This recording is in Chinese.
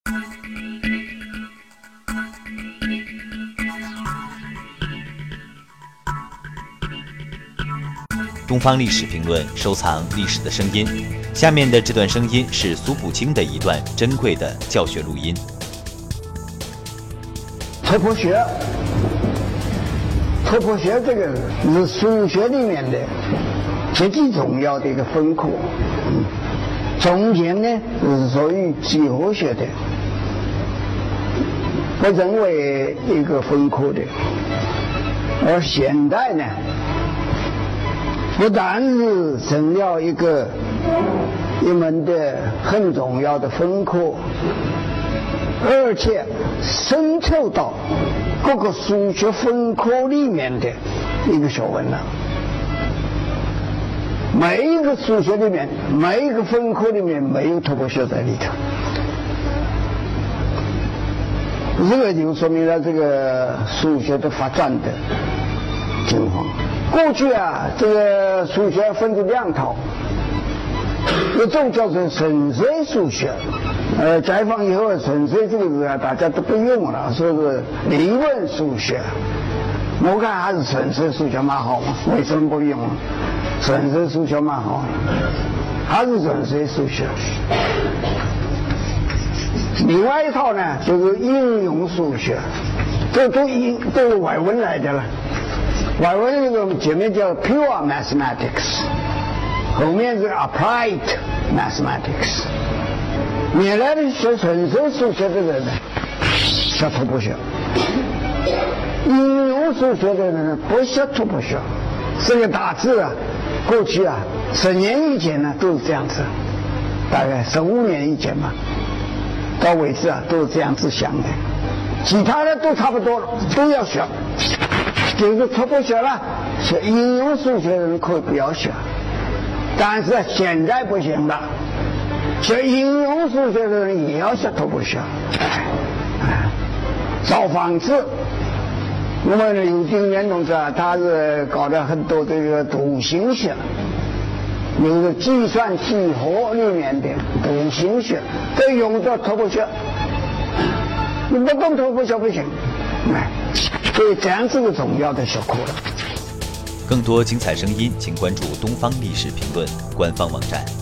东方历史评论收藏历史的声音，下面的这段声音是苏步青的一段珍贵的教学录音。 突破学这个是数学里面的极其重要的一个分科。从前呢是属于几何学的，被认为一个分科的，而现代呢，不但是成了一门的很重要的分科，而且渗透到各个数学分科里面的一个学问了。每一个数学里面，每一个分科里面没有突破学在里头，这个就说明了这个数学的发展的情况。过去啊，这个数学分成两套，一种叫做纯粹数学，解放以后纯粹这个字啊，大家都不用了，说是理论数学。我看还是纯粹数学蛮好嘛，为什么不用？纯粹数学蛮好，还是纯粹数学。另外一套呢，就是应用数学，都是外文来的了。外文这个前面叫 pure mathematics， 后面是 applied mathematics。原来的学纯粹数学的人呢，学突破学；应用数学的人呢，不学突破学。这个大致啊，过去啊10年以前呢都是这样子，大概15年以前嘛，到为止啊都是这样子想的。其他的都差不多了，都要学。就是突破学了，学应用数学的人可以不要学，但是现在不行了，学应用数学的人也要学突破学。造房子，我们的刘丁元同志啊，他是搞了很多这个图形学，有个计算几何里面的图形学，都用到突破学。你不懂突破学不行，所以这样是个重要的学科了。 更多精彩声音，请关注东方历史评论官方网站。